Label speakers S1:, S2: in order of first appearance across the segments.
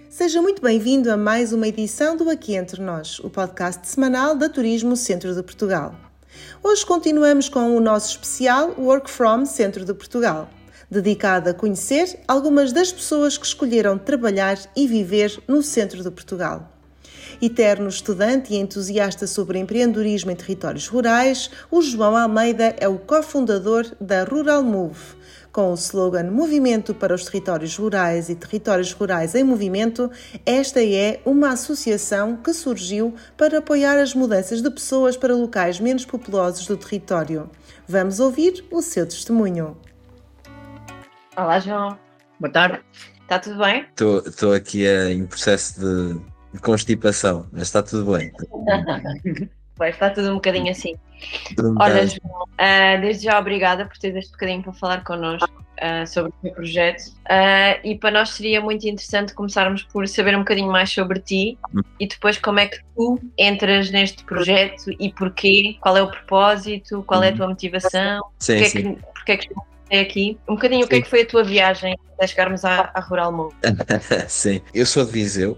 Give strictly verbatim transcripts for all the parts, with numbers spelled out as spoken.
S1: Seja muito bem-vindo a mais uma edição do Aqui Entre Nós, o podcast semanal da Turismo Centro de Portugal. Hoje continuamos com o nosso especial Work From Centro de Portugal, dedicado a conhecer algumas das pessoas que escolheram trabalhar e viver no Centro de Portugal. Eterno estudante e entusiasta sobre empreendedorismo em territórios rurais, o João Almeida é o cofundador da Rural Move. Com o slogan Movimento para os Territórios Rurais e Territórios Rurais em Movimento, esta é uma associação que surgiu para apoiar as mudanças de pessoas para locais menos populosos do território. Vamos ouvir o seu testemunho.
S2: Olá, João. Boa tarde. Está tudo bem?
S3: Estou aqui uh, em processo de, de constipação, mas está tudo bem.
S2: Pois, está tudo um bocadinho assim. Olha, João, uh, desde já obrigada por teres este bocadinho para falar connosco uh, sobre o teu projeto. Uh, e para nós seria muito interessante começarmos por saber um bocadinho mais sobre ti hum. e depois como é que tu entras neste projeto e porquê, qual é o propósito, qual é a tua motivação,
S3: sim,
S2: porque,
S3: sim.
S2: É que, porque é que é aqui, um bocadinho sim. O que é que foi a tua viagem até chegarmos à, à Rural Move.
S3: Sim, eu sou de Viseu,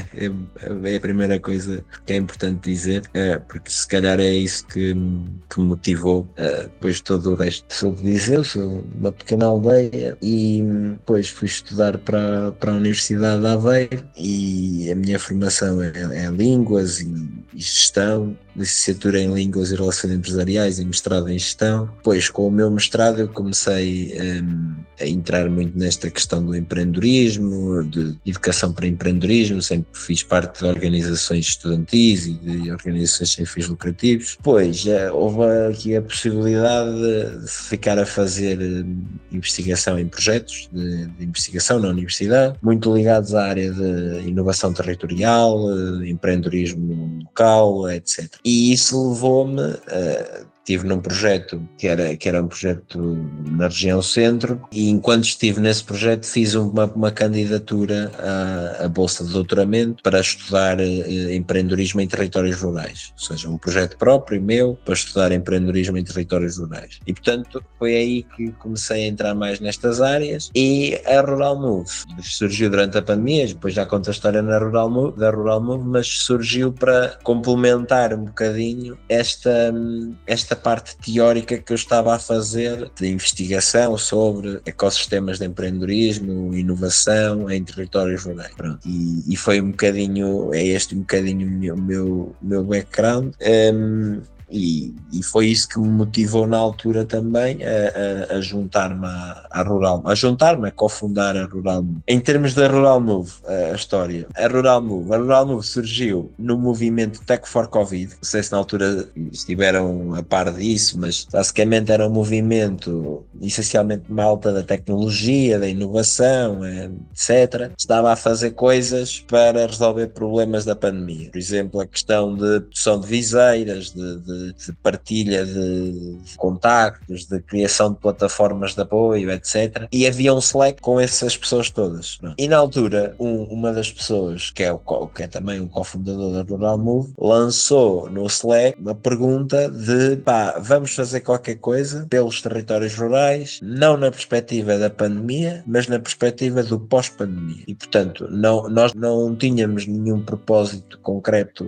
S3: é a primeira coisa que é importante dizer, porque se calhar é isso que, que me motivou depois de todo o resto. Sou de Viseu, sou uma pequena aldeia e depois fui estudar para, para a Universidade de Aveiro e a minha formação é, é Línguas e, e Gestão, licenciatura em Línguas e Relações Empresariais e mestrado em Gestão. Depois, com o meu mestrado, eu comecei um, a entrar muito nesta questão do empreendedorismo, de educação para empreendedorismo, sempre fiz parte de organizações estudantis e de organizações sem fins lucrativos. Depois, houve aqui a possibilidade de ficar a fazer investigação em projetos de, de investigação na universidade, muito ligados à área de inovação territorial, empreendedorismo local, etcétera. E isso levou-me a... Estive num projeto que era, que era um projeto na região centro e enquanto estive nesse projeto fiz uma, uma candidatura à, à Bolsa de Doutoramento para estudar eh, empreendedorismo em territórios rurais, ou seja, um projeto próprio meu para estudar empreendedorismo em territórios rurais. E portanto foi aí que comecei a entrar mais nestas áreas e a Rural Move surgiu durante a pandemia, depois já conto a história na Rural Move, da Rural Move, mas surgiu para complementar um bocadinho esta, esta parte teórica que eu estava a fazer de investigação sobre ecossistemas de empreendedorismo, inovação em territórios rurais. Pronto. E, e foi um bocadinho, é este um bocadinho o meu, meu, meu background. Um, E, e foi isso que me motivou na altura também a, a, a juntar-me à, à Rural, a juntar-me, a cofundar a Rural Move. Em termos da Rural Move, a história, a Rural Move, a Rural Move surgiu no movimento Tech for Covid, não sei se na altura estiveram a par disso, mas basicamente era um movimento essencialmente malta da tecnologia, da inovação, etcétera. Estava a fazer coisas para resolver problemas da pandemia, por exemplo a questão de produção de viseiras, de, de de partilha de contactos, de criação de plataformas de apoio, etcétera. E havia um Slack com essas pessoas todas. Não? E na altura, um, uma das pessoas, que é, o, que é também um cofundador da Rural Move, lançou no Slack uma pergunta de, pá, vamos fazer qualquer coisa pelos territórios rurais, não na perspectiva da pandemia, mas na perspectiva do pós-pandemia. E, portanto, não, nós não tínhamos nenhum propósito concreto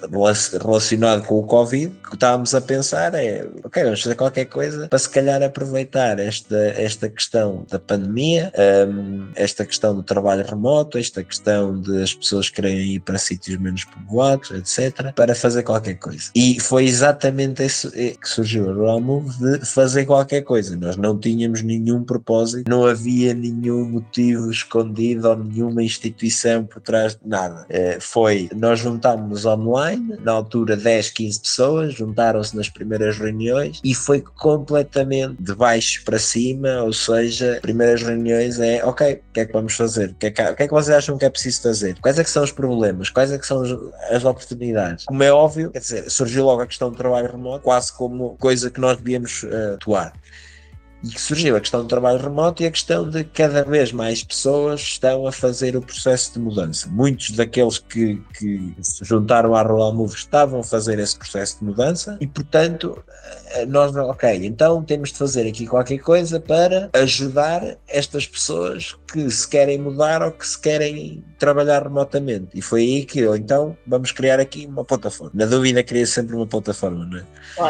S3: relacionado com o Covid. O que estávamos a pensar é, ok, vamos fazer qualquer coisa para se calhar aproveitar esta, esta questão da pandemia, um, esta questão do trabalho remoto, esta questão de as pessoas querem ir para sítios menos povoados, etcétera, para fazer qualquer coisa. E foi exatamente isso que surgiu a Rural Move, de fazer qualquer coisa. Nós não tínhamos nenhum propósito, não havia nenhum motivo escondido ou nenhuma instituição por trás de nada. Uh, foi, nós juntámos-nos online, na altura dez, quinze pessoas, juntaram-se nas primeiras reuniões e foi completamente de baixo para cima, ou seja, primeiras reuniões é, ok, o que é que vamos fazer? O que é que, o que é que vocês acham que é preciso fazer? Quais é que são os problemas? Quais é que são as oportunidades? Como é óbvio, quer dizer, surgiu logo a questão do trabalho remoto, quase como coisa que nós devíamos uh, atuar. E que surgiu a questão do trabalho remoto e a questão de cada vez mais pessoas estão a fazer o processo de mudança. Muitos daqueles que, que se juntaram à Rural Move estavam a fazer esse processo de mudança e, portanto, nós, ok, então temos de fazer aqui qualquer coisa para ajudar estas pessoas que se querem mudar ou que se querem trabalhar remotamente. E foi aí que eu, então, vamos criar aqui uma plataforma. Na dúvida, cria sempre uma plataforma, não é?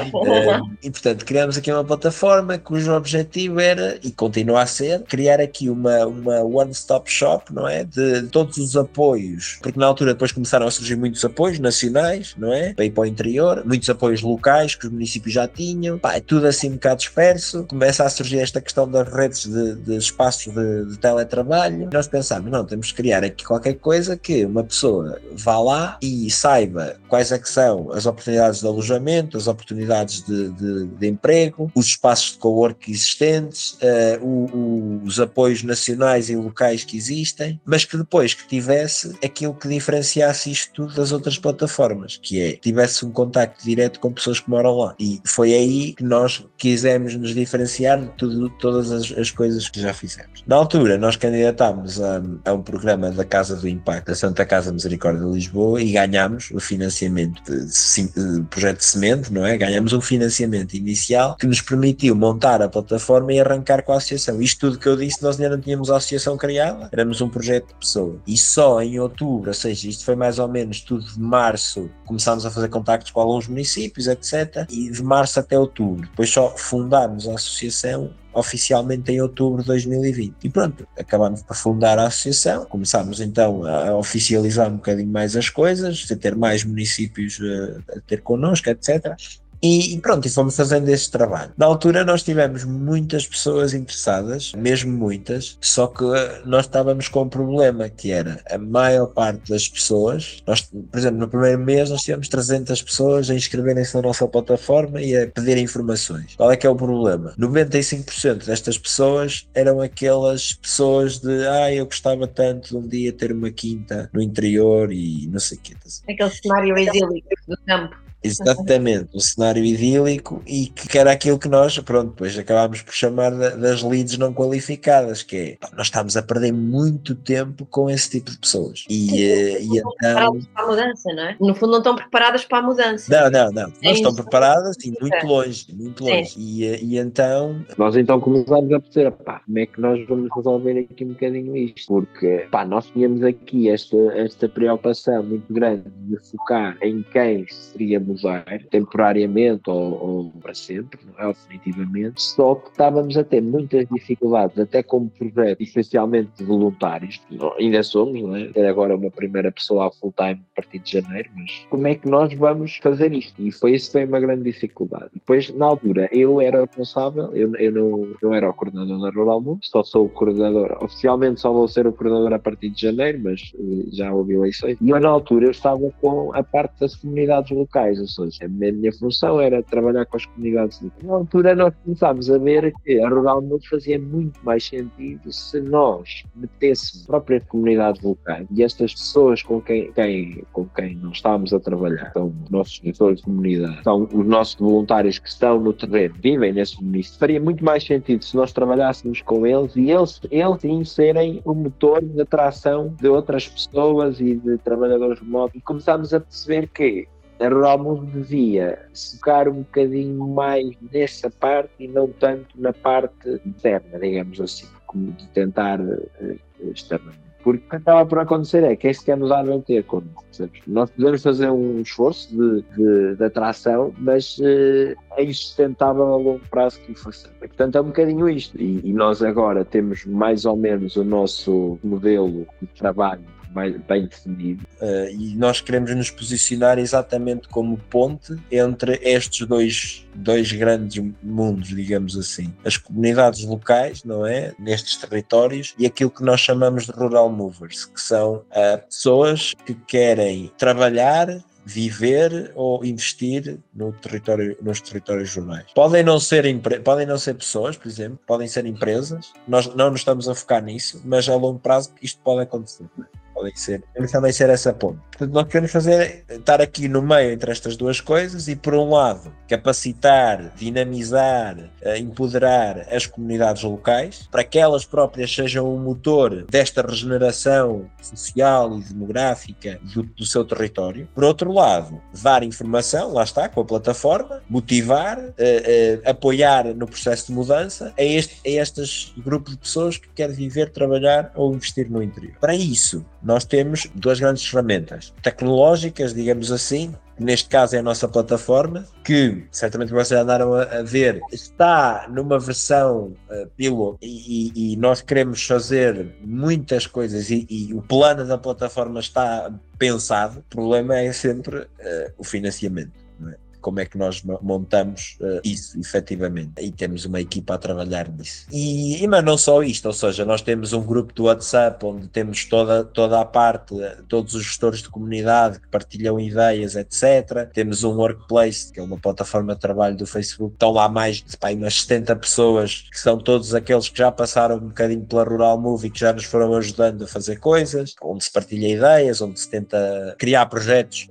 S3: um, e, portanto, criamos aqui uma plataforma cujo objetivo era, e continua a ser, criar aqui uma, uma one-stop shop, não é? De todos os apoios, porque na altura depois começaram a surgir muitos apoios nacionais, não é? Para ir para o interior, muitos apoios locais que os municípios já tinham, pá, é tudo assim um bocado disperso, começa a surgir esta questão das redes de, de espaços de, de teletrabalho. Nós pensámos, não, temos que criar aqui qualquer coisa que uma pessoa vá lá e saiba quais é que são as oportunidades de alojamento, as oportunidades de, de, de emprego, os espaços de cowork existentes, uh, o, o, os apoios nacionais e locais que existem, mas que depois que tivesse aquilo que diferenciasse isto tudo das outras plataformas, que é, tivesse um contacto direto com pessoas que moram lá. E foi aí que nós quisemos nos diferenciar de tudo, todas as, as coisas que já fizemos. Na altura, nós candidatámos a, a um programa da Casa do Impacto, da Santa Casa Misericórdia de Lisboa, e ganhámos o financiamento de, de, de projeto de semente, não é? Ganhámos um financiamento inicial que nos permitiu montar a plataforma e arrancar com a associação. Isto tudo que eu disse, nós ainda não tínhamos a associação criada, éramos um projeto de pessoa. E só em outubro, ou seja, isto foi mais ou menos tudo de março, começámos a fazer contactos com alguns municípios, etcétera. E de março até outubro. Depois só fundámos a associação oficialmente em outubro de dois mil e vinte. E pronto, acabámos por fundar a associação, começámos então a oficializar um bocadinho mais as coisas, a ter mais municípios a, a ter connosco, etcétera. E, e pronto, e fomos fazendo esse trabalho. Na altura nós tivemos muitas pessoas interessadas, mesmo muitas, só que nós estávamos com um problema, que era a maior parte das pessoas, nós, por exemplo, no primeiro mês nós tivemos trezentas pessoas a inscreverem-se na nossa plataforma e a pedir informações. Qual é que é o problema? noventa e cinco por cento destas pessoas eram aquelas pessoas de, ah, eu gostava tanto de um dia ter uma quinta no interior e não sei o quê.
S2: Aquele cenário idílico do campo.
S3: Exatamente, um cenário idílico, e que era aquilo que nós, pronto, depois acabámos por chamar das leads não qualificadas, que é, pá, nós estamos a perder muito tempo com esse tipo de pessoas. E,
S2: Sim,
S3: e, e
S2: não
S3: então...
S2: estão preparadas para a mudança, não é? No fundo não estão preparadas para a mudança.
S3: Não, não, não, não
S2: é
S3: estão
S2: isso.
S3: preparadas e muito longe, muito longe. E, e então... Nós então começámos a perceber, pá, como é que nós vamos resolver aqui um bocadinho isto? Porque, pá, nós tínhamos aqui esta, esta preocupação muito grande de focar em quem seria mudar temporariamente ou, ou para sempre, não é? Definitivamente, só que estávamos a ter muitas dificuldades, até como projeto, essencialmente de voluntários, não, ainda somos, não é? Ter agora uma primeira pessoa a full-time a partir de janeiro, mas como é que nós vamos fazer isto? E foi isso foi uma grande dificuldade. Depois, na altura, eu era responsável, eu, eu não, não era o coordenador da Rural Move, só sou o coordenador, oficialmente só vou ser o coordenador a partir de janeiro, mas uh, já houve eleições, e eu, na altura, eu estava com a parte das comunidades locais, ou seja, a minha função era trabalhar com as comunidades locais. Na altura nós começámos a ver que a Rural Move fazia muito mais sentido se nós metêssemos próprias comunidades locais, e estas pessoas com quem, quem, com quem nós estávamos a trabalhar, são os nossos gestores de comunidade, são os nossos voluntários que estão no terreno, vivem nesse município. Faria muito mais sentido se nós trabalhássemos com eles e eles, eles sim serem o motor de atração de outras pessoas e de trabalhadores remotos, e começámos a perceber que a Rural Move devia focar um bocadinho mais nessa parte e não tanto na parte interna, digamos assim, como de tentar uh, externamente. Porque o que estava por acontecer é que este quer nos advertir quando nós podemos fazer um esforço de, de, de atração, mas uh, é insustentável a longo prazo que o façamos. E, portanto, é um bocadinho isto. E, e nós agora temos mais ou menos o nosso modelo de trabalho bem definido, uh, e nós queremos nos posicionar exatamente como ponte entre estes dois, dois grandes mundos, digamos assim, as comunidades locais, não é, nestes territórios, e aquilo que nós chamamos de Rural Movers, que são uh, pessoas que querem trabalhar, viver ou investir no território, nos territórios rurais. Podem não ser empre- podem não ser pessoas, por exemplo, podem ser empresas. Nós não nos estamos a focar nisso, mas a longo prazo isto pode acontecer. podem ser, podem também ser essa ponte. Portanto, nós queremos fazer, estar aqui no meio entre estas duas coisas e, por um lado, capacitar, dinamizar, empoderar as comunidades locais para que elas próprias sejam o motor desta regeneração social e demográfica do, do seu território. Por outro lado, dar informação, lá está, com a plataforma, motivar, eh, eh, apoiar no processo de mudança a este, a este grupo de pessoas que quer viver, trabalhar ou investir no interior. Para isso, nós temos duas grandes ferramentas tecnológicas, digamos assim. Neste caso é a nossa plataforma, que certamente vocês andaram a, a ver, está numa versão uh, piloto e, e, e nós queremos fazer muitas coisas e, e o plano da plataforma está pensado. O problema é sempre uh, o financiamento, não é? Como é que nós montamos uh, isso, efetivamente. E temos uma equipa a trabalhar nisso. E, e mas não só isto, ou seja, nós temos um grupo do WhatsApp onde temos toda, toda a parte, todos os gestores de comunidade que partilham ideias, etcétera. Temos um Workplace, que é uma plataforma de trabalho do Facebook. Estão lá mais de pá, umas setenta pessoas, que são todos aqueles que já passaram um bocadinho pela Rural Move e que já nos foram ajudando a fazer coisas, onde se partilha ideias, onde se tenta criar projetos uh,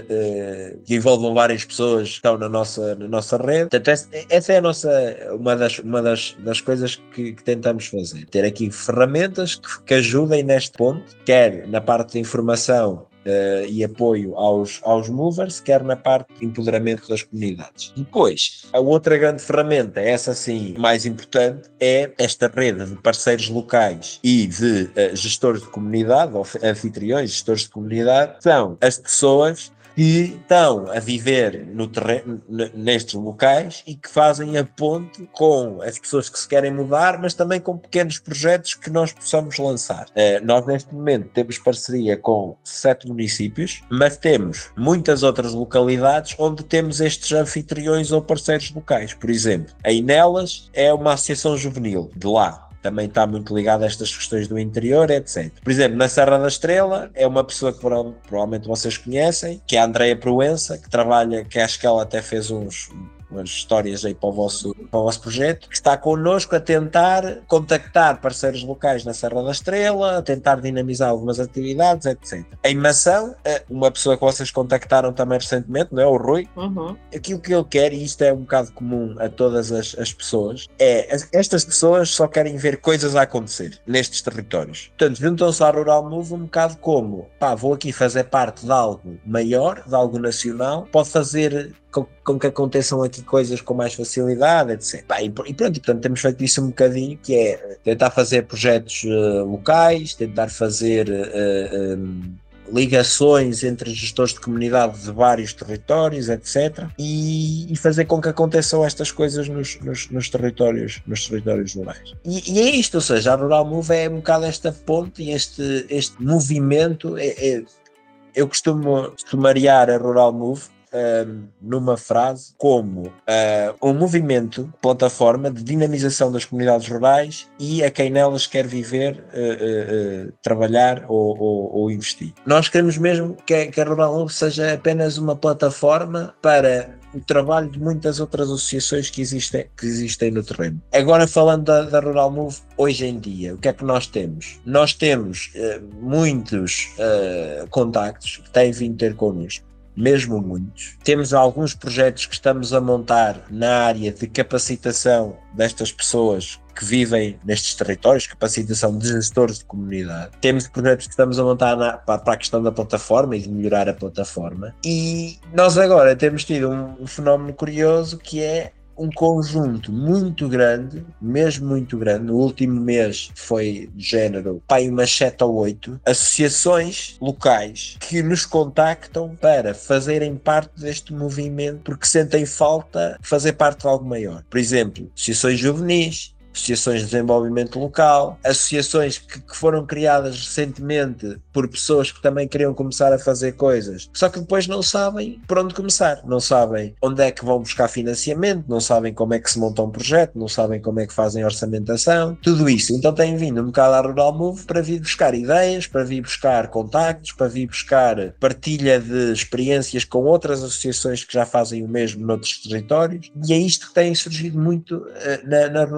S3: uh, uh, que envolvam várias pessoas que estão na nossa, na nossa rede. Portanto, essa é a nossa, uma das, uma das, das coisas que, que tentamos fazer. Ter aqui ferramentas que, que ajudem neste ponto, quer na parte de informação uh, e apoio aos, aos movers, quer na parte de empoderamento das comunidades. Depois, a outra grande ferramenta, essa sim mais importante, é esta rede de parceiros locais e de uh, gestores de comunidade, ou anfitriões, gestores de comunidade, são as pessoas que estão a viver no terreno, nestes locais e que fazem a ponte com as pessoas que se querem mudar, mas também com pequenos projetos que nós possamos lançar. Uh, nós neste momento temos parceria com sete municípios, mas temos muitas outras localidades onde temos estes anfitriões ou parceiros locais. Por exemplo, a Inelas é uma associação juvenil de lá. Também está muito ligado a estas questões do interior, etcétera. Por exemplo, na Serra da Estrela, é uma pessoa que provavelmente vocês conhecem, que é a Andreia Proença, que trabalha, que acho que ela até fez uns... umas histórias aí para o, vosso, para o vosso projeto, que está connosco a tentar contactar parceiros locais na Serra da Estrela, a tentar dinamizar algumas atividades, etcétera. Em Mação, uma pessoa que vocês contactaram também recentemente, não é? O Rui.
S2: Uhum.
S3: Aquilo que ele quer, e isto é um bocado comum a todas as, as pessoas, é estas pessoas só querem ver coisas a acontecer nestes territórios. Portanto, juntam-se à Rural Move um bocado como, pá, vou aqui fazer parte de algo maior, de algo nacional, pode fazer com, com que aconteçam aqui coisas com mais facilidade, etcétera. Pá, e, e pronto, e, portanto, temos feito isso um bocadinho, que é tentar fazer projetos uh, locais, tentar fazer uh, um, ligações entre gestores de comunidade de vários territórios, etcétera. E, e fazer com que aconteçam estas coisas nos, nos, nos territórios, nos territórios rurais. E, e é isto, ou seja, a Rural Move é um bocado esta ponte e este, este movimento. É, é, eu costumo sumariar a Rural Move Um, numa frase como uh, um movimento, plataforma de dinamização das comunidades rurais e a quem nelas quer viver, uh, uh, uh, trabalhar ou, ou, ou investir. Nós queremos mesmo que, que a Rural Move seja apenas uma plataforma para o trabalho de muitas outras associações que existem, que existem no terreno. Agora, falando da, da Rural Move, hoje em dia, o que é que nós temos? Nós temos uh, muitos uh, contactos que têm vindo ter connosco, mesmo muitos. Temos alguns projetos que estamos a montar na área de capacitação destas pessoas que vivem nestes territórios, capacitação de gestores de comunidade. Temos projetos que estamos a montar na, para, para a questão da plataforma e de melhorar a plataforma. E nós agora temos tido um, um fenómeno curioso, que é um conjunto muito grande, mesmo muito grande. No último mês foi de género, pá, umas sete ou oito associações locais que nos contactam para fazerem parte deste movimento, porque sentem falta de fazer parte de algo maior. Por exemplo, associações juvenis, associações de desenvolvimento local, associações que, que foram criadas recentemente por pessoas que também queriam começar a fazer coisas, só que depois não sabem por onde começar, não sabem onde é que vão buscar financiamento, não sabem como é que se monta um projeto, não sabem como é que fazem orçamentação, tudo isso. Então têm vindo um bocado à Rural Move para vir buscar ideias, para vir buscar contactos, para vir buscar partilha de experiências com outras associações que já fazem o mesmo noutros territórios, e é isto que tem surgido muito uh, na, na Rural Move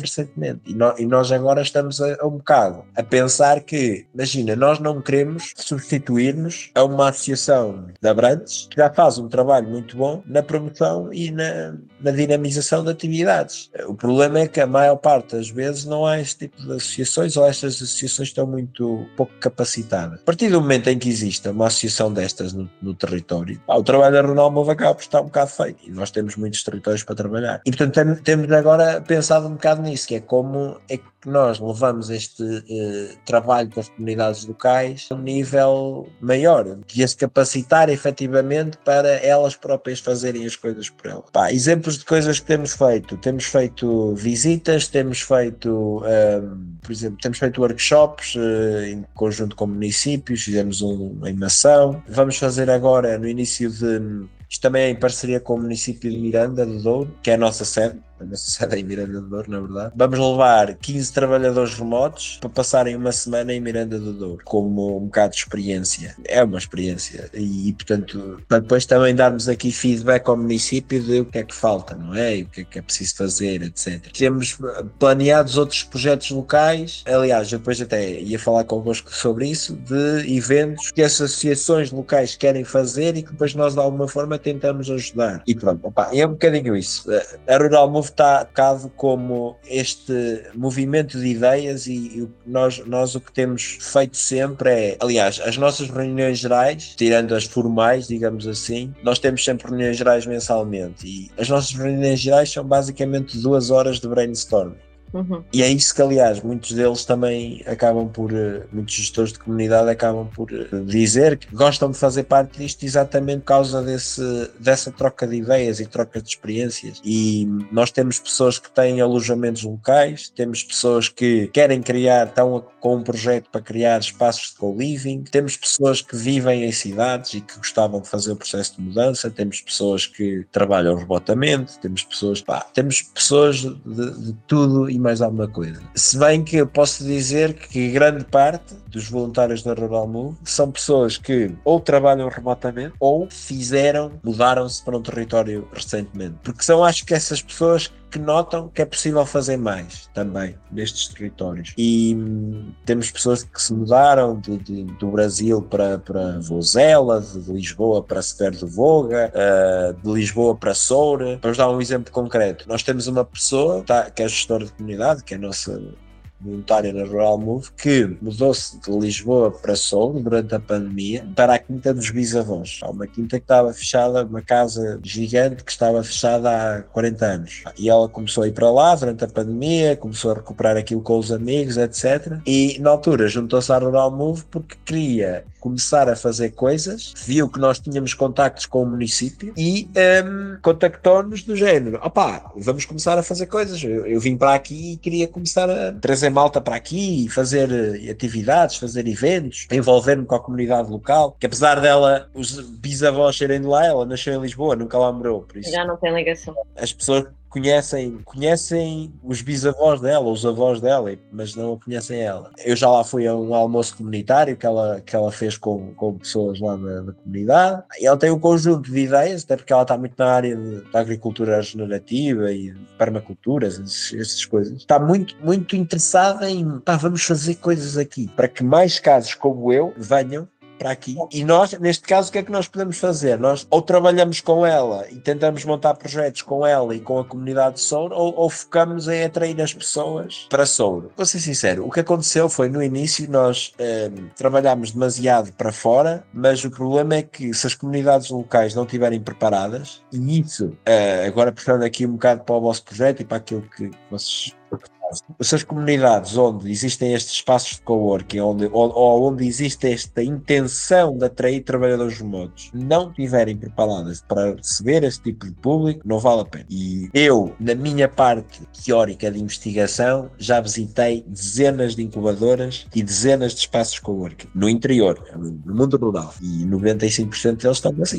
S3: recentemente. E, no, e nós agora estamos a, a um bocado a pensar que, imagina, nós não queremos substituir-nos a uma associação de Abrantes que já faz um trabalho muito bom na promoção e na, na dinamização de atividades. O problema é que a maior parte das vezes não há este tipo de associações, ou estas associações estão muito pouco capacitadas. A partir do momento em que exista uma associação destas no, no território, pá, o trabalho da Rural Move acaba por estar um bocado feito, e nós temos muitos territórios para trabalhar. E portanto tem, temos agora pensado um bocado nisso, que é como é que nós levamos este eh, trabalho com as comunidades locais a um nível maior, de as capacitar efetivamente para elas próprias fazerem as coisas por elas. Pá, exemplos de coisas que temos feito: temos feito visitas, temos feito, um, por exemplo, temos feito workshops uh, em conjunto com municípios, fizemos um em Mação. Vamos fazer agora, no início de... Isto também é em parceria com o município de Miranda do Douro, que é a nossa sede. A nossa sede é em Miranda do Douro, na verdade. Vamos levar quinze trabalhadores remotos para passarem uma semana em Miranda do Douro, como um bocado de experiência. É uma experiência. E, portanto, para depois também darmos aqui feedback ao município de o que é que falta, não é? E o que é que é preciso fazer, etcétera. Temos planeados outros projetos locais. Aliás, eu depois até ia falar convosco sobre isso, de eventos que as associações locais querem fazer e que depois nós, de alguma forma, tentamos ajudar. E pronto, opa, é um bocadinho isso. A Rural Move está tocado como este movimento de ideias, e, e nós, nós o que temos feito sempre é, aliás, as nossas reuniões gerais, tirando as formais, digamos assim, nós temos sempre reuniões gerais mensalmente, e as nossas reuniões gerais são basicamente duas horas de brainstorm.
S2: Uhum.
S3: E é isso que, aliás, muitos deles também acabam por, muitos gestores de comunidade acabam por dizer que gostam de fazer parte disto exatamente por causa desse, dessa troca de ideias e troca de experiências. E nós temos pessoas que têm alojamentos locais, temos pessoas que querem criar, estão com um projeto para criar espaços de co-living, temos pessoas que vivem em cidades e que gostavam de fazer o processo de mudança, temos pessoas que trabalham remotamente, temos pessoas, pá, temos pessoas de, de tudo e mais alguma coisa. Se bem que eu posso dizer que grande parte dos voluntários da Rural Move são pessoas que ou trabalham remotamente ou fizeram, mudaram-se para um território recentemente. Porque são, acho que, essas pessoas que notam que é possível fazer mais também nestes territórios. E hum, temos pessoas que se mudaram de, de, do Brasil para, para Vozela, de, de Lisboa para Severo do Voga, uh, de Lisboa para Soura. Vamos dar um exemplo concreto. Nós temos uma pessoa tá, que é gestora de comunidade, que é a nossa voluntária na Rural Move, que mudou-se de Lisboa para Soura durante a pandemia para a Quinta dos Bisavós. Há uma quinta que estava fechada, uma casa gigante que estava fechada há quarenta anos. E ela começou a ir para lá durante a pandemia, começou a recuperar aquilo com os amigos, etcétera. E na altura juntou-se à Rural Move porque queria começar a fazer coisas, viu que nós tínhamos contactos com o município e um, contactou-nos do género: opá, vamos começar a fazer coisas. Eu, eu vim para aqui e queria começar a trazer malta para aqui, fazer atividades, fazer eventos, envolver-me com a comunidade local, que apesar dela, os bisavós serem de lá, ela nasceu em Lisboa, nunca lá morou, por isso
S2: já não tem ligação.
S3: As pessoas conhecem, conhecem os bisavós dela, os avós dela, mas não a conhecem ela. Eu já lá fui a um almoço comunitário que ela, que ela fez com, com pessoas lá da, da comunidade, e ela tem um conjunto de ideias, até porque ela está muito na área de, da agricultura regenerativa e de permacultura, essas, essas coisas. Está muito, muito interessada em, pá, vamos fazer coisas aqui, para que mais casos como eu venham para aqui. E nós, neste caso, o que é que nós podemos fazer? Nós ou trabalhamos com ela e tentamos montar projetos com ela e com a comunidade de Soura, ou, ou focamos em atrair as pessoas para Soura. Vou ser sincero, o que aconteceu foi, no início, nós eh, trabalhámos demasiado para fora, mas o problema é que se as comunidades locais não estiverem preparadas, e isso, eh, agora puxando aqui um bocado para o vosso projeto e para aquilo que vocês... essas comunidades onde existem estes espaços de coworking, onde, ou, ou onde existe esta intenção de atrair trabalhadores remotos, não estiverem preparadas para receber esse tipo de público, não vale a pena. E eu, na minha parte teórica de investigação, já visitei dezenas de incubadoras e dezenas de espaços de coworking no interior, no mundo rural, e noventa e cinco por cento deles estão vazios.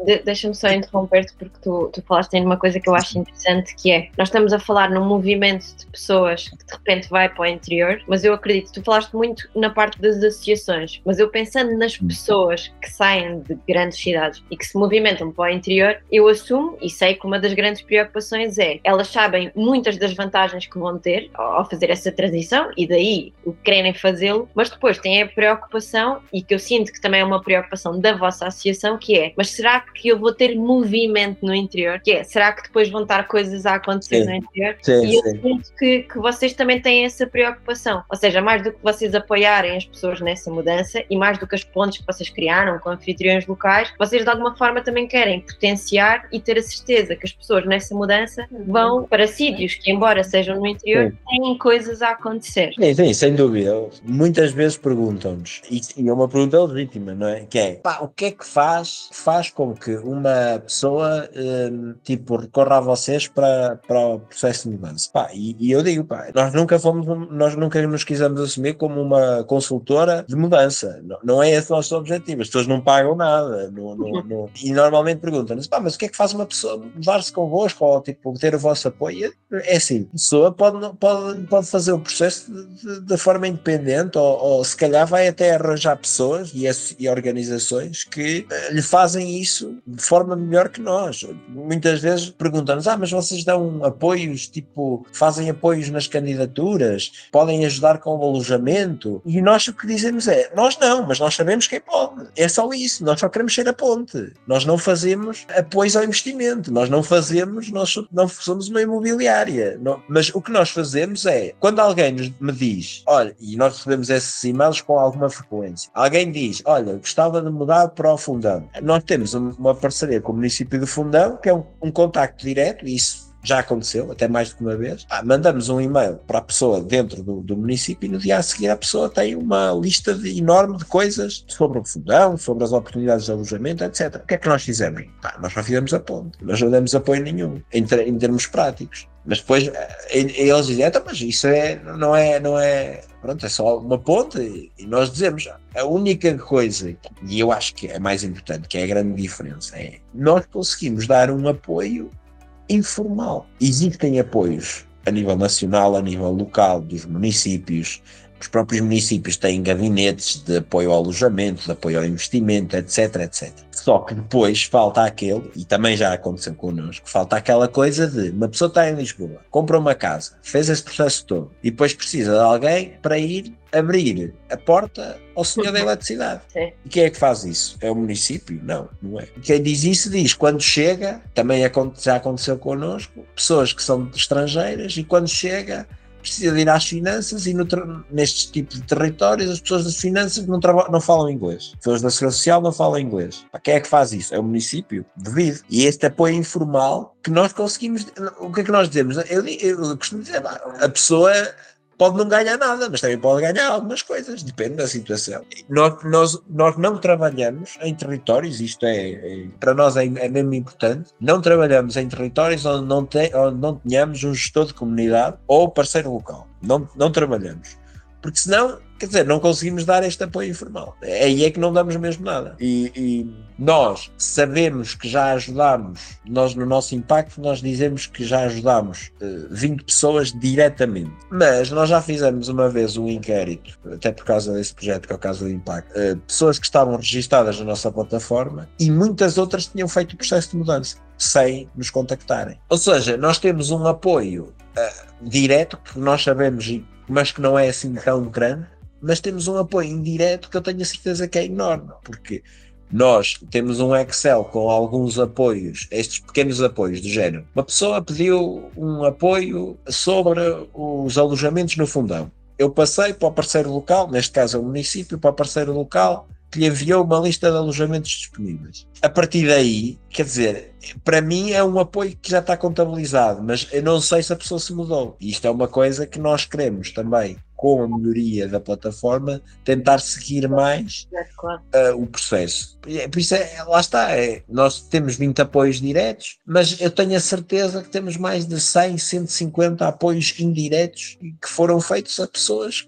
S2: de, deixa-me só interromper-te porque tu, tu falaste em uma coisa que eu acho interessante, que é, nós estamos a falar num movimento de pessoas que de repente vai para o interior, mas eu acredito, tu falaste muito na parte das associações, mas eu pensando nas pessoas que saem de grandes cidades e que se movimentam para o interior, eu assumo e sei que uma das grandes preocupações é, elas sabem muitas das vantagens que vão ter ao fazer essa transição e daí o que querem fazê-lo, mas depois têm a preocupação, e que eu sinto que também é uma preocupação da vossa associação, que é, mas será que eu vou ter movimento no interior? Que é, será que depois vão estar coisas a acontecer sim. no interior? Sim, e eu sim. sinto que, que vocês também têm essa preocupação, ou seja, mais do que vocês apoiarem as pessoas nessa mudança e mais do que as pontes que vocês criaram com anfitriões locais, vocês de alguma forma também querem potenciar e ter a certeza que as pessoas nessa mudança vão para sítios que, embora sejam no interior, sim. têm coisas a acontecer.
S3: Sim, sim, sem dúvida. Muitas vezes perguntam-nos, e, e é uma pergunta legítima, não é? Que é, pá, o que é que faz, faz com que uma pessoa, hum, tipo, recorra a vocês para, para o processo de mudança? Pá, e, e eu digo, pá, nós nunca fomos, nós nunca nos quisemos assumir como uma consultora de mudança. Não, não é esse o nosso objetivo. As pessoas não pagam nada. Não, não, não. E normalmente perguntam-nos, pá, mas o que é que faz uma pessoa mudar-se convosco ou, tipo, ter o vosso apoio? É assim, a pessoa pode, pode, pode fazer o processo de, de, de forma independente ou, ou se calhar vai até arranjar pessoas e, e organizações que uh, lhe fazem isso de forma melhor que nós. Muitas vezes perguntam-nos, ah, mas vocês dão apoios, tipo, fazem apoios nas candidaturas, podem ajudar com o alojamento, e nós o que dizemos é, nós não, mas nós sabemos quem pode. É só isso, nós só queremos ser a ponte. Nós não fazemos apoios ao investimento, nós não fazemos, nós não somos uma imobiliária. Não, mas o que nós fazemos é, quando alguém nos, me diz, olha, e nós recebemos esses e-mails com alguma frequência, alguém diz, olha, gostava de mudar para o Fundão. Nós temos uma parceria com o município de Fundão, que é um, um contacto direto, e isso já aconteceu, até mais do que uma vez. Ah, mandamos um e-mail para a pessoa dentro do, do município e no dia a seguir a pessoa tem uma lista de, enorme de coisas sobre o Fundão, sobre as oportunidades de alojamento, etcétera. O que é que nós fizemos? Ah, nós não fizemos a ponte, nós não demos apoio nenhum, em, em termos práticos. Mas depois eles dizem, então, mas isso é, não é, não é, pronto, é só uma ponte, e nós dizemos, a única coisa, e eu acho que é mais importante, que é a grande diferença, é nós conseguimos dar um apoio informal. Existem apoios a nível nacional, a nível local, dos municípios. Os próprios municípios têm gabinetes de apoio ao alojamento, de apoio ao investimento, etc, etcétera. Só que depois falta aquele, e também já aconteceu connosco, falta aquela coisa de uma pessoa está em Lisboa, compra uma casa, fez esse processo todo, e depois precisa de alguém para ir abrir a porta ao senhor da eletricidade. Sim. E quem é que faz isso? É o município? Não, não é. Quem diz isso diz, quando chega, também já aconteceu connosco, pessoas que são estrangeiras, e quando chega precisa de ir às finanças, e no, nestes tipos de territórios as pessoas das finanças não, não falam inglês. As pessoas da Segurança Social não falam inglês. Para quem é que faz isso? É o município, devido. E este apoio informal que nós conseguimos, o que é que nós dizemos? Eu, eu, eu costumo dizer, a pessoa pode não ganhar nada, mas também pode ganhar algumas coisas, depende da situação. Nós, nós, nós não trabalhamos em territórios, isto é, é para nós é, é mesmo importante, não trabalhamos em territórios onde não, te, onde não tenhamos um gestor de comunidade ou parceiro local. Não, não trabalhamos. Porque senão, quer dizer, não conseguimos dar este apoio informal. Aí é que não damos mesmo nada. E, e nós sabemos que já ajudámos, nós no nosso impacto, nós dizemos que já ajudámos uh, vinte pessoas diretamente. Mas nós já fizemos uma vez um inquérito, até por causa desse projeto que é o caso do impacto, uh, pessoas que estavam registadas na nossa plataforma, e muitas outras tinham feito o processo de mudança, sem nos contactarem. Ou seja, nós temos um apoio uh, direto, que nós sabemos, mas que não é assim tão grande, mas temos um apoio indireto que eu tenho a certeza que é enorme, porque nós temos um Excel com alguns apoios, estes pequenos apoios do género. Uma pessoa pediu um apoio sobre os alojamentos no Fundão. Eu passei para o parceiro local, neste caso é o município, para o parceiro local, que lhe enviou uma lista de alojamentos disponíveis. A partir daí, quer dizer, para mim é um apoio que já está contabilizado, mas eu não sei se a pessoa se mudou. E isto é uma coisa que nós queremos também, com a melhoria da plataforma, tentar seguir mais é, claro. uh, o processo. Por isso, é, lá está, é, nós temos vinte apoios diretos, mas eu tenho a certeza que temos mais de cem, cento e cinquenta apoios indiretos que foram feitos a pessoas que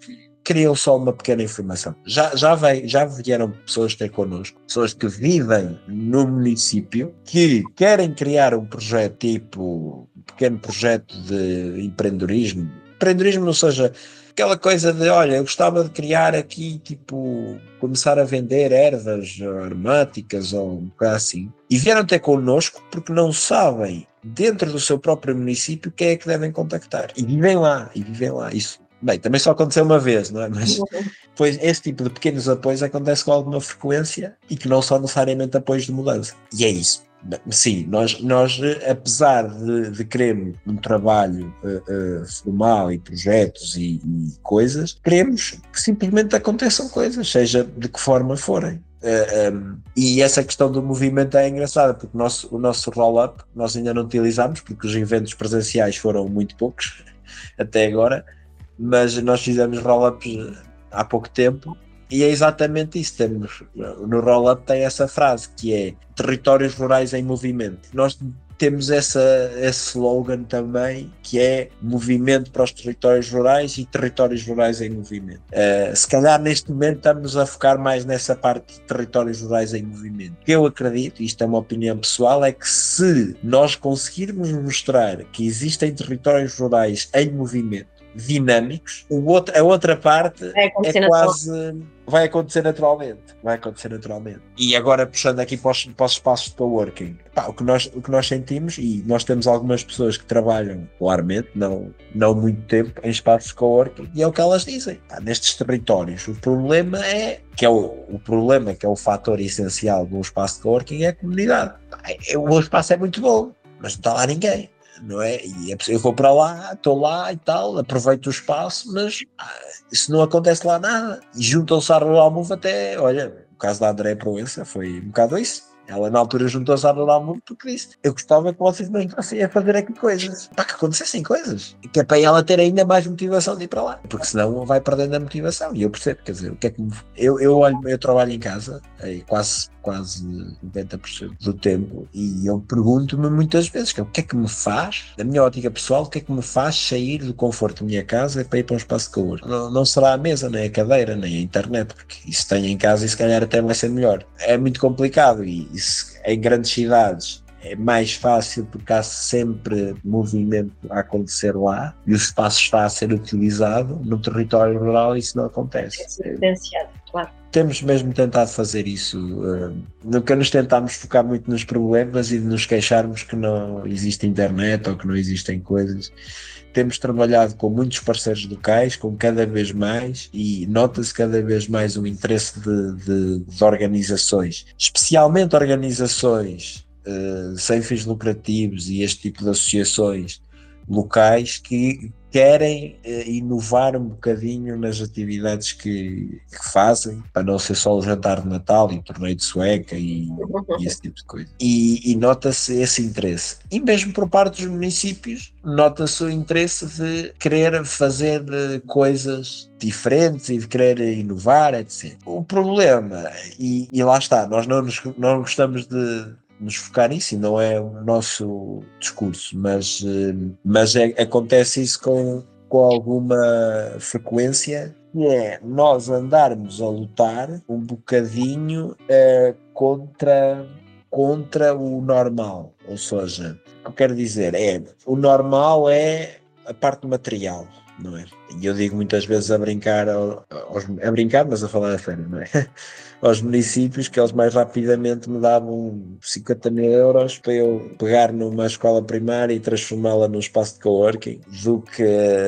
S3: queriam só uma pequena informação. Já, já, veio, já vieram pessoas ter connosco, pessoas que vivem no município, que querem criar um projeto tipo, um pequeno projeto de empreendedorismo. Empreendedorismo não seja aquela coisa de, olha, eu gostava de criar aqui, tipo, começar a vender ervas aromáticas ou um bocado assim. E vieram ter connosco porque não sabem, dentro do seu próprio município, quem é que devem contactar. E vivem lá, e vivem lá. Isso, bem, também só aconteceu uma vez, não é? Mas pois esse tipo de pequenos apoios acontece com alguma frequência e que não são necessariamente apoios de mudança. E é isso. Sim, nós, nós apesar de, de querermos um trabalho uh, uh, formal e projetos e, e coisas, queremos que simplesmente aconteçam coisas, seja de que forma forem. Uh, um, e essa questão do movimento é engraçada, porque o nosso, o nosso roll-up nós ainda não utilizámos, porque os eventos presenciais foram muito poucos até agora, mas nós fizemos roll-ups há pouco tempo. E é exatamente isso, temos, no roll-up tem essa frase que é territórios rurais em movimento. Nós temos essa, esse slogan também, que é movimento para os territórios rurais e territórios rurais em movimento. Uh, se calhar neste momento estamos a focar mais nessa parte de territórios rurais em movimento. O que eu acredito, e isto é uma opinião pessoal, é que se nós conseguirmos mostrar que existem territórios rurais em movimento, dinâmicos, o outro, a outra parte é quase vai acontecer naturalmente vai acontecer naturalmente e agora puxando aqui para os, para os espaços de coworking, pá, o, que nós, o que nós sentimos, e nós temos algumas pessoas que trabalham claramente, não, não muito tempo em espaços de coworking, e é o que elas dizem, pá, nestes territórios o problema é que é o, o problema que é o fator essencial de um espaço de coworking é a comunidade. Pá, é, o espaço é muito bom, mas não está lá ninguém, não é? E eu vou para lá, estou lá e tal, aproveito o espaço, mas ah, isso não acontece lá nada. E juntam-se à Rural Move até, olha, o caso da Andréia Proença foi um bocado isso. Ela na altura juntou-se à Rural Move porque disse, eu gostava que vocês me ajudassem a fazer aqui coisas. Para que acontecessem coisas. E que é para ela ter ainda mais motivação de ir para lá. Porque senão vai perdendo a motivação. E eu percebo, quer dizer, o que é que me... eu, eu, olho, eu trabalho em casa, aí quase... quase noventa por cento do tempo, e eu pergunto-me muitas vezes o que é que me faz, da minha ótica pessoal, o que é que me faz sair do conforto da minha casa para ir para um espaço de coworking. Não, não será a mesa, nem a cadeira, nem a internet, porque isso tenho em casa e se calhar até vai ser melhor. É muito complicado e isso, em grandes cidades é mais fácil porque há sempre movimento a acontecer lá e o espaço está a ser utilizado. No território rural isso não acontece.
S2: É evidenciado, claro.
S3: Temos mesmo tentado fazer isso, uh, nunca nos tentámos focar muito nos problemas e de nos queixarmos que não existe internet ou que não existem coisas. Temos trabalhado com muitos parceiros locais, com cada vez mais, e nota-se cada vez mais um interesse de, de, de organizações, especialmente organizações uh, sem fins lucrativos e este tipo de associações locais que querem uh, inovar um bocadinho nas atividades que, que fazem, para não ser só o jantar de Natal e o torneio de sueca e, e esse tipo de coisa. E, e nota-se esse interesse. E mesmo por parte dos municípios, nota-se o interesse de querer fazer uh, coisas diferentes e de querer inovar, etcétera. O problema, e, e lá está, nós não, nos, não gostamos de nos focar nisso, e não é o nosso discurso, mas, mas é, acontece isso com, com alguma frequência, que é nós andarmos a lutar um bocadinho uh, contra, contra o normal, ou seja, o que eu quero dizer é, o normal é a parte material, não é? E eu digo muitas vezes a brincar, aos, a brincar, mas a falar a sério, não é? Aos municípios que eles mais rapidamente me davam cinquenta mil euros para eu pegar numa escola primária e transformá-la num espaço de coworking do que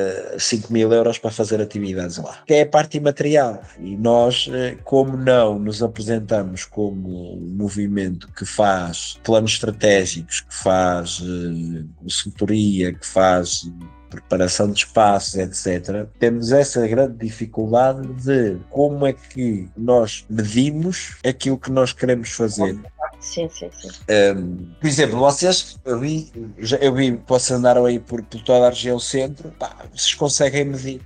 S3: cinco mil euros para fazer atividades lá. Que é a parte imaterial. E nós, como não nos apresentamos como um movimento que faz planos estratégicos, que faz uh, consultoria, que faz preparação de espaços, etcétera, temos essa grande dificuldade de como é que nós medimos aquilo que nós queremos fazer.
S2: Sim, sim, sim.
S3: Um, por exemplo, vocês, eu vi, eu vi que vocês andaram aí por, por toda a região centro, pá, vocês conseguem medir, não é?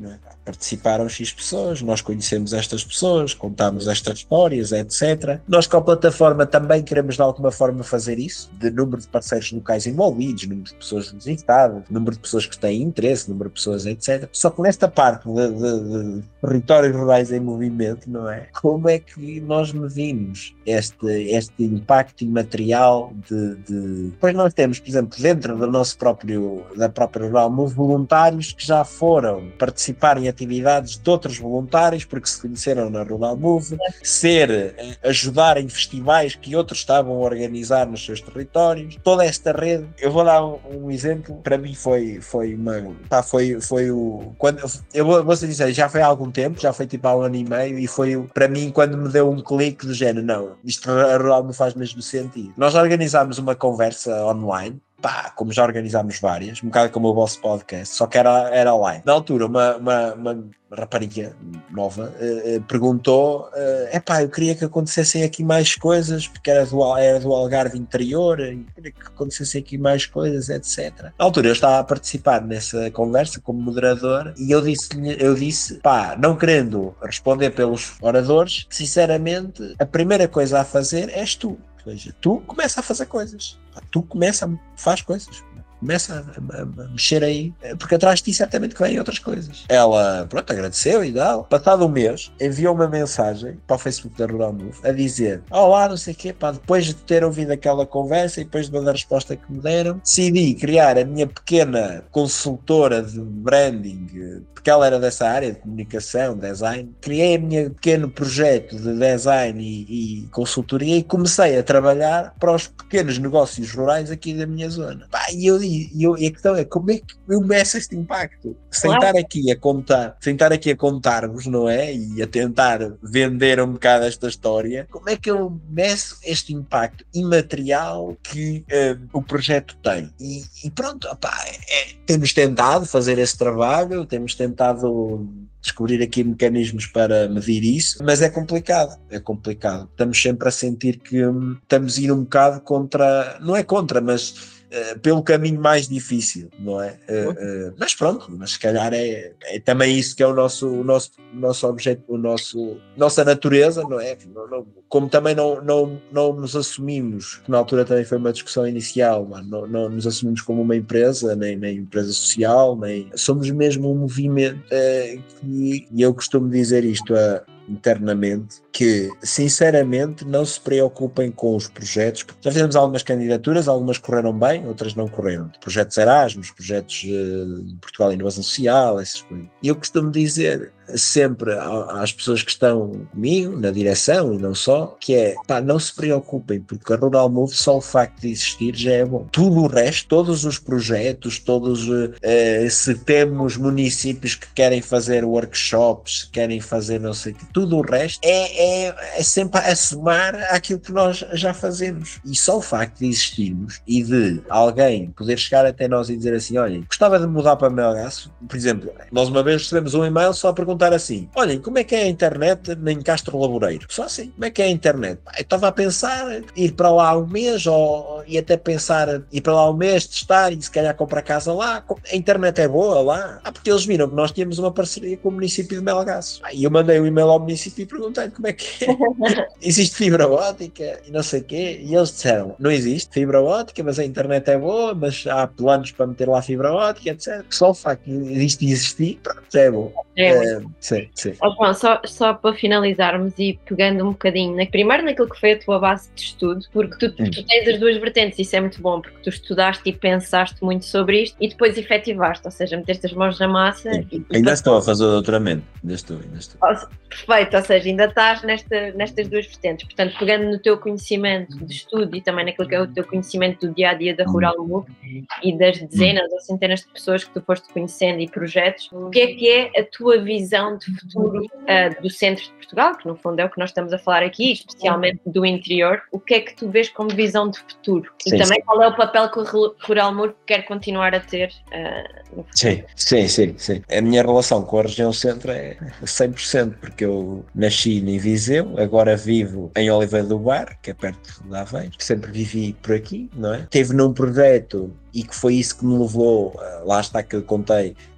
S3: participaram X pessoas, nós conhecemos estas pessoas, contamos estas histórias, etcétera. Nós com a plataforma também queremos de alguma forma fazer isso, de número de parceiros locais envolvidos, número de pessoas visitadas, número de pessoas que têm interesse, número de pessoas, etcétera. Só que nesta parte de, de, de territórios rurais em movimento, não é? Como é que nós medimos este, este impacto imaterial de, de... Pois nós temos, por exemplo, dentro do nosso próprio, da própria Rural Move, voluntários que já foram participar em atividades de outros voluntários porque se conheceram na Rural Move, ser, ajudar em festivais que outros estavam a organizar nos seus territórios, toda esta rede. Eu vou dar um, um exemplo, para mim foi, foi uma, pá, foi, foi o, quando, eu vou, vou dizer, já foi há algum tempo, já foi tipo há um ano e meio, e foi para mim quando me deu um clique do género, não, isto a Rural não faz mesmo sentido. Nós organizámos uma conversa online, pá, como já organizámos várias, um bocado como o vosso podcast, só que era, era online. Na altura, uma, uma, uma rapariga nova uh, uh, perguntou, é uh, pá, eu queria que acontecessem aqui mais coisas, porque era do, era do Algarve interior, e queria que acontecessem aqui mais coisas, etcétera. Na altura eu estava a participar nessa conversa como moderador, e eu disse, eu disse, pá, não querendo responder pelos oradores, sinceramente, a primeira coisa a fazer és tu. Ou seja, tu começa a fazer coisas, tu começa a faz coisas, começa a, a, a mexer aí, porque atrás de ti certamente que vêm outras coisas. Ela, pronto, agradeceu e tal. Passado um mês, enviou uma mensagem para o Facebook da Rural Move a dizer, olá, não sei o quê, pá, depois de ter ouvido aquela conversa e depois de ver a resposta que me deram, decidi criar a minha pequena consultora de branding, porque ela era dessa área de comunicação, design. Criei a minha pequeno projeto de design e, e consultoria e comecei a trabalhar para os pequenos negócios rurais aqui da minha zona. Pá, e, eu, e, eu, e a questão é, como é que eu meço este impacto? Sem
S2: Claro.
S3: estar aqui a contar, sem estar aqui a contar-vos, não é? E a tentar vender um bocado esta história, como é que eu meço este impacto imaterial que uh, o projeto tem? E, e pronto, opá, é, temos tentado fazer esse trabalho, temos tentado descobrir aqui mecanismos para medir isso, mas é complicado, é complicado. Estamos sempre a sentir que hum, estamos a ir um bocado contra, não é contra, mas Uh, pelo caminho mais difícil, não é? Uh, uh, mas pronto, mas se calhar é, é também isso que é o nosso, o nosso, o nosso objeto, o nosso, nossa natureza, não é? Não, não, como também não, não, não nos assumimos, que na altura também foi uma discussão inicial, mano, não, não nos assumimos como uma empresa, nem, nem empresa social, nem somos mesmo um movimento uh, que, e eu costumo dizer isto a internamente, que sinceramente não se preocupem com os projetos, porque já fizemos algumas candidaturas, algumas correram bem, outras não correram, projetos Erasmus, projetos uh, de Portugal Inovação Social, essas coisas. E eu costumo dizer sempre às pessoas que estão comigo, na direção e não só, que é, pá, não se preocupem, porque a Rural Move, só o facto de existir já é bom. Tudo o resto, todos os projetos, todos, uh, se temos municípios que querem fazer workshops, se querem fazer não sei o que, tudo o resto é, é, é sempre a somar àquilo que nós já fazemos. E só o facto de existirmos e de alguém poder chegar até nós e dizer assim, olhem, gostava de mudar para Melgaço, por exemplo, nós uma vez recebemos um e-mail só a perguntar assim, olhem, como é que é a internet em Castro Laboreiro? Só assim, como é que é a internet? Eu estava a pensar ir para lá um mês ou, e até pensar ir para lá um mês, testar e se calhar comprar casa lá. A internet é boa lá? Ah, porque eles viram que nós tínhamos uma parceria com o município de Melgaço. E eu mandei um e-mail ao município e perguntei como é que é. Existe fibra óptica e não sei o quê? E eles disseram, não existe fibra óptica, mas a internet é boa, mas há planos para meter lá fibra óptica, etcétera. Só o facto de isto existir, pronto, já é bom.
S2: É,
S3: é, sim, sim.
S2: Oh, João, só, só para finalizarmos e pegando um bocadinho, na, primeiro naquilo que foi a tua base de estudo, porque tu, tu tens as duas vertentes, isso é muito bom, porque tu estudaste e pensaste muito sobre isto e depois efetivaste, ou seja, meteste as mãos na massa. E,
S3: ainda estou a fazer o doutoramento, ainda estou, ainda estou.
S2: Perfeito, ou seja, ainda estás nesta, nestas duas vertentes, portanto, pegando no teu conhecimento de estudo e também naquilo que é o teu conhecimento do dia-a-dia da Rural Move e das dezenas ou centenas de pessoas que tu foste conhecendo e projetos, o que é que é a tua visão de futuro uh, do centro de Portugal, que no fundo é o que nós estamos a falar aqui, especialmente do interior, o que é que tu vês como visão de futuro? E sim, também sim. Qual é o papel que o Rural Move quer continuar a ter uh, no futuro? Sim,
S3: sim, sim, sim. A minha relação com a região centro é cem por cento, porque eu nasci em Viseu, agora vivo em Oliveira do Bar, que é perto de Aveiro, sempre vivi por aqui, não é? Teve num projeto, e que foi isso que me levou, uh, lá está que eu contei,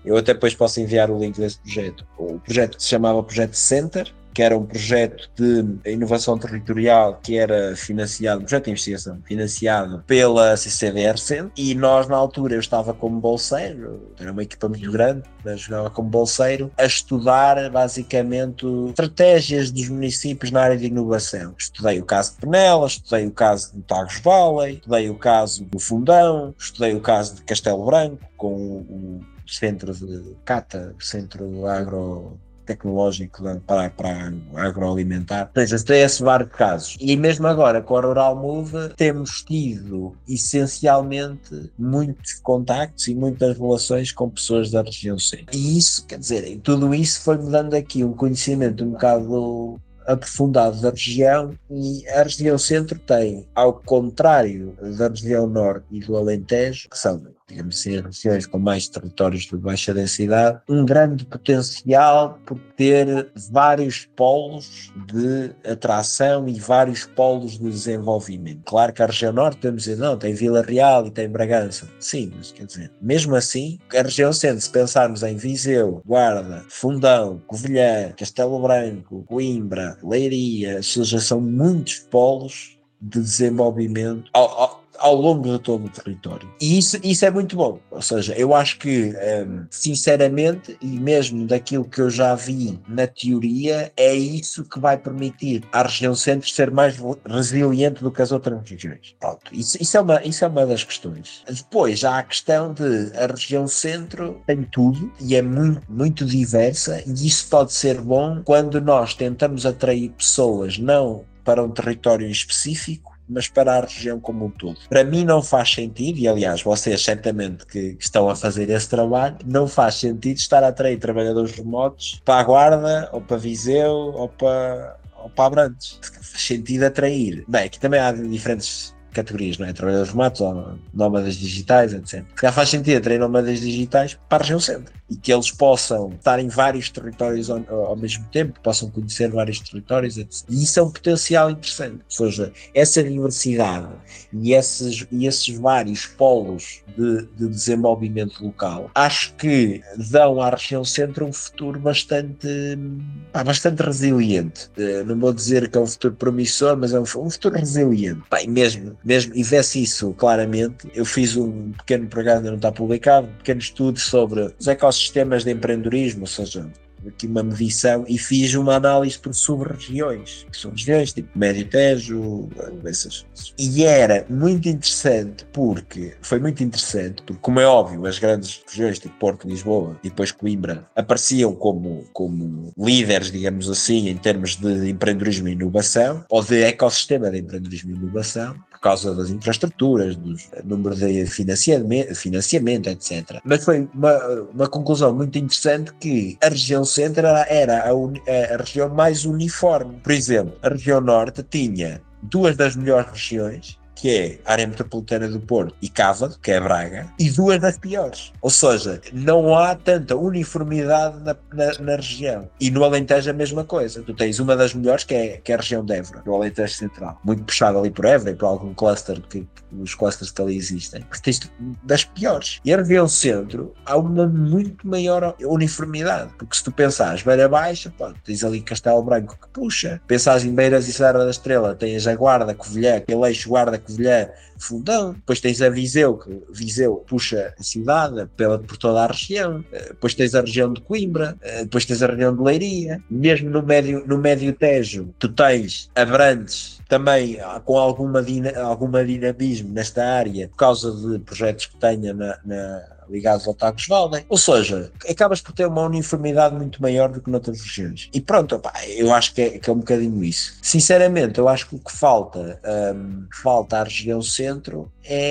S3: Eu até depois posso enviar o link desse projeto. O projeto que se chamava Projeto Center, que era um projeto de inovação territorial que era financiado, um projeto de investigação, financiado pela C C D R Centro, e nós na altura, eu estava como bolseiro, era uma equipa muito grande, mas jogava como bolseiro, a estudar basicamente estratégias dos municípios na área de inovação. Estudei o caso de Penela, estudei o caso de Tagus Valley, estudei o caso do Fundão, estudei o caso de Castelo Branco, com o centro de Cata, o centro agro tecnológico para, para agroalimentar. Ou seja, tem esses vários casos. E mesmo agora, com a Rural Move, temos tido, essencialmente, muitos contactos e muitas relações com pessoas da região centro. E isso, quer dizer, tudo isso foi-me dando aqui um conhecimento um bocado aprofundado da região, e a região centro tem, ao contrário da região norte e do Alentejo, que são, digamos assim, as regiões com mais territórios de baixa densidade, um grande potencial por ter vários polos de atração e vários polos de desenvolvimento. Claro que a região norte, podemos dizer, não, tem Vila Real e tem Bragança. Sim, mas quer dizer, mesmo assim, a região centro, se pensarmos em Viseu, Guarda, Fundão, Covilhã, Castelo Branco, Coimbra, Leiria, ou seja, são muitos polos de desenvolvimento ao, ao, ao longo de todo o território. E isso, isso é muito bom. Ou seja, eu acho que, um, sinceramente, e mesmo daquilo que eu já vi na teoria, é isso que vai permitir à região centro ser mais resiliente do que as outras regiões. Pronto, isso, isso, é uma, isso é uma das questões. Depois, há a questão de a região centro tem tudo e é muito, muito diversa, e isso pode ser bom quando nós tentamos atrair pessoas não para um território específico, mas para a região como um todo. Para mim não faz sentido, e aliás vocês certamente que, que estão a fazer esse trabalho, não faz sentido estar a atrair trabalhadores remotos para a Guarda, ou para Viseu, ou para, ou para Abrantes. Faz sentido atrair. Bem, aqui também há diferentes categorias, não é? Trabalhadores remotos, ou nómadas digitais, etcétera. Já faz sentido atrair nómadas digitais para a região centro, e que eles possam estar em vários territórios ao, ao mesmo tempo, possam conhecer vários territórios, etcétera. E isso é um potencial interessante. Ou seja, essa diversidade e esses, e esses vários polos de, de desenvolvimento local, acho que dão à região centro um futuro bastante, pá, bastante resiliente. Não vou dizer que é um futuro promissor, mas é um, um futuro resiliente. Bem, mesmo Mesmo, e vê-se isso claramente. Eu fiz um pequeno programa, ainda não está publicado, um pequeno estudo sobre os ecossistemas de empreendedorismo, ou seja, aqui uma medição, e fiz uma análise por sub-regiões, que são regiões tipo Médio Tejo, essas. E era muito interessante, porque foi muito interessante, porque, como é óbvio, as grandes regiões tipo Porto, Lisboa e depois Coimbra apareciam como, como líderes, digamos assim, em termos de empreendedorismo e inovação, ou de ecossistema de empreendedorismo e inovação, por causa das infraestruturas, do número de financiamento, financiamento, etcétera. Mas foi uma, uma conclusão muito interessante, que a região centro era a, uni, a região mais uniforme. Por exemplo, a região norte tinha duas das melhores regiões, que é a área metropolitana do Porto e Cávado, que é Braga, e duas das piores. Ou seja, não há tanta uniformidade na, na, na região. E no Alentejo a mesma coisa. Tu tens uma das melhores, que é, que é a região de Évora, no Alentejo Central. Muito puxada ali por Évora e por algum cluster, que, os clusters que ali existem. Mas tens das piores. E a região centro há uma muito maior uniformidade. Porque se tu pensares Beira Baixa, pô, tens ali Castelo Branco que puxa. Pensares em Beiras e Serra da Estrela, tens a Guarda, Covilhã, aquele eixo Guarda, Covilhã, Fundão. Depois tens a Viseu, que Viseu puxa a cidade pela, por toda a região. Depois tens a região de Coimbra, depois tens a região de Leiria. Mesmo no médio, no médio Tejo, tu tens Abrantes, também com alguma, alguma dinamismo nesta área, por causa de projetos que tenha na, na ligados ao Tagus Valley. Ou seja, acabas por ter uma uniformidade muito maior do que noutras regiões. E pronto, opa, eu acho que é, que é um bocadinho isso. Sinceramente, eu acho que o que falta, um, falta à região centro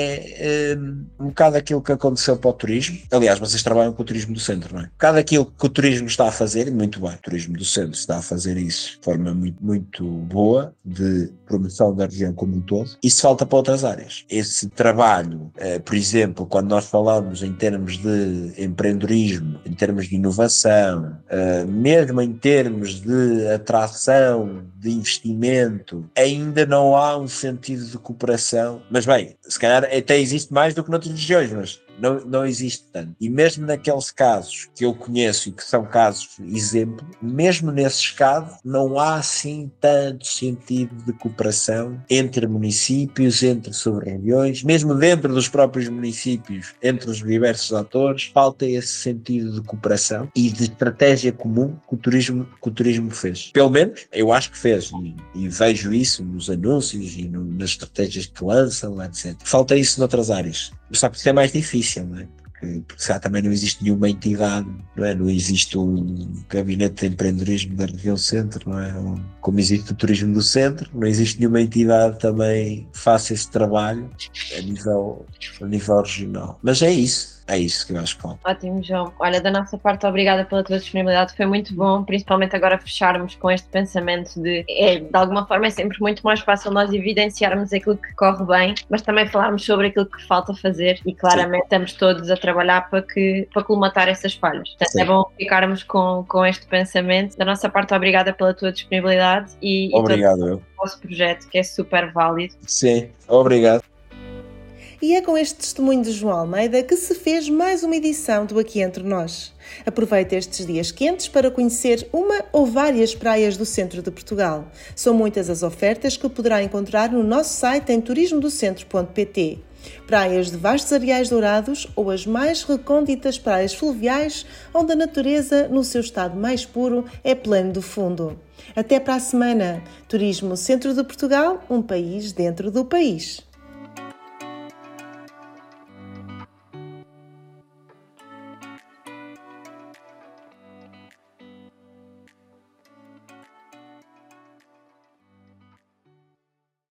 S3: é um, um bocado aquilo que aconteceu para o turismo. Aliás, vocês trabalham com o turismo do centro, não é? Um bocado aquilo que o turismo está a fazer, e muito bem, o turismo do centro está a fazer isso de forma muito, muito boa, de promoção da região como um todo. Isso falta para outras áreas. Esse trabalho, uh, por exemplo, quando nós falamos em termos de empreendedorismo, em termos de inovação, uh, mesmo em termos de atração, de investimento, ainda não há um sentido de cooperação. Mas bem, se calhar até existe mais do que noutras regiões, mas Não, não existe tanto. E mesmo naqueles casos que eu conheço e que são casos exemplo, mesmo nesses casos não há assim tanto sentido de cooperação entre municípios, entre sobre-regiões, mesmo dentro dos próprios municípios, entre os diversos atores, falta esse sentido de cooperação e de estratégia comum que o turismo, que o turismo fez. Pelo menos, eu acho que fez, e, e vejo isso nos anúncios e no, nas estratégias que lançam, etcétera. Falta isso noutras áreas. Só que isso é mais difícil, não é? Porque, porque já também não existe nenhuma entidade, não é? Não existe um gabinete de empreendedorismo da região centro, não é? Como existe o turismo do centro, não existe nenhuma entidade também que faça esse trabalho a nível, a nível regional. Mas é isso. É isso que eu acho que falta.
S2: Ótimo, João. Olha, da nossa parte, obrigada pela tua disponibilidade. Foi muito bom, principalmente agora fecharmos com este pensamento de, é, de alguma forma, é sempre muito mais fácil nós evidenciarmos aquilo que corre bem, mas também falarmos sobre aquilo que falta fazer e claramente Sim. estamos todos a trabalhar para, que, para colmatar essas falhas. Portanto, Sim. é bom ficarmos com, com este pensamento. Da nossa parte, obrigada pela tua disponibilidade e,
S3: obrigado,
S2: e todo
S3: eu.
S2: o nosso projeto, que é super válido.
S3: Sim, obrigado.
S1: E é com este testemunho de João Almeida que se fez mais uma edição do Aqui Entre Nós. Aproveite estes dias quentes para conhecer uma ou várias praias do centro de Portugal. São muitas as ofertas que poderá encontrar no nosso site em turismo do centro ponto pt. Praias de vastos areais dourados ou as mais recônditas praias fluviais, onde a natureza, no seu estado mais puro, é pleno de fundo. Até para a semana! Turismo Centro de Portugal, um país dentro do país.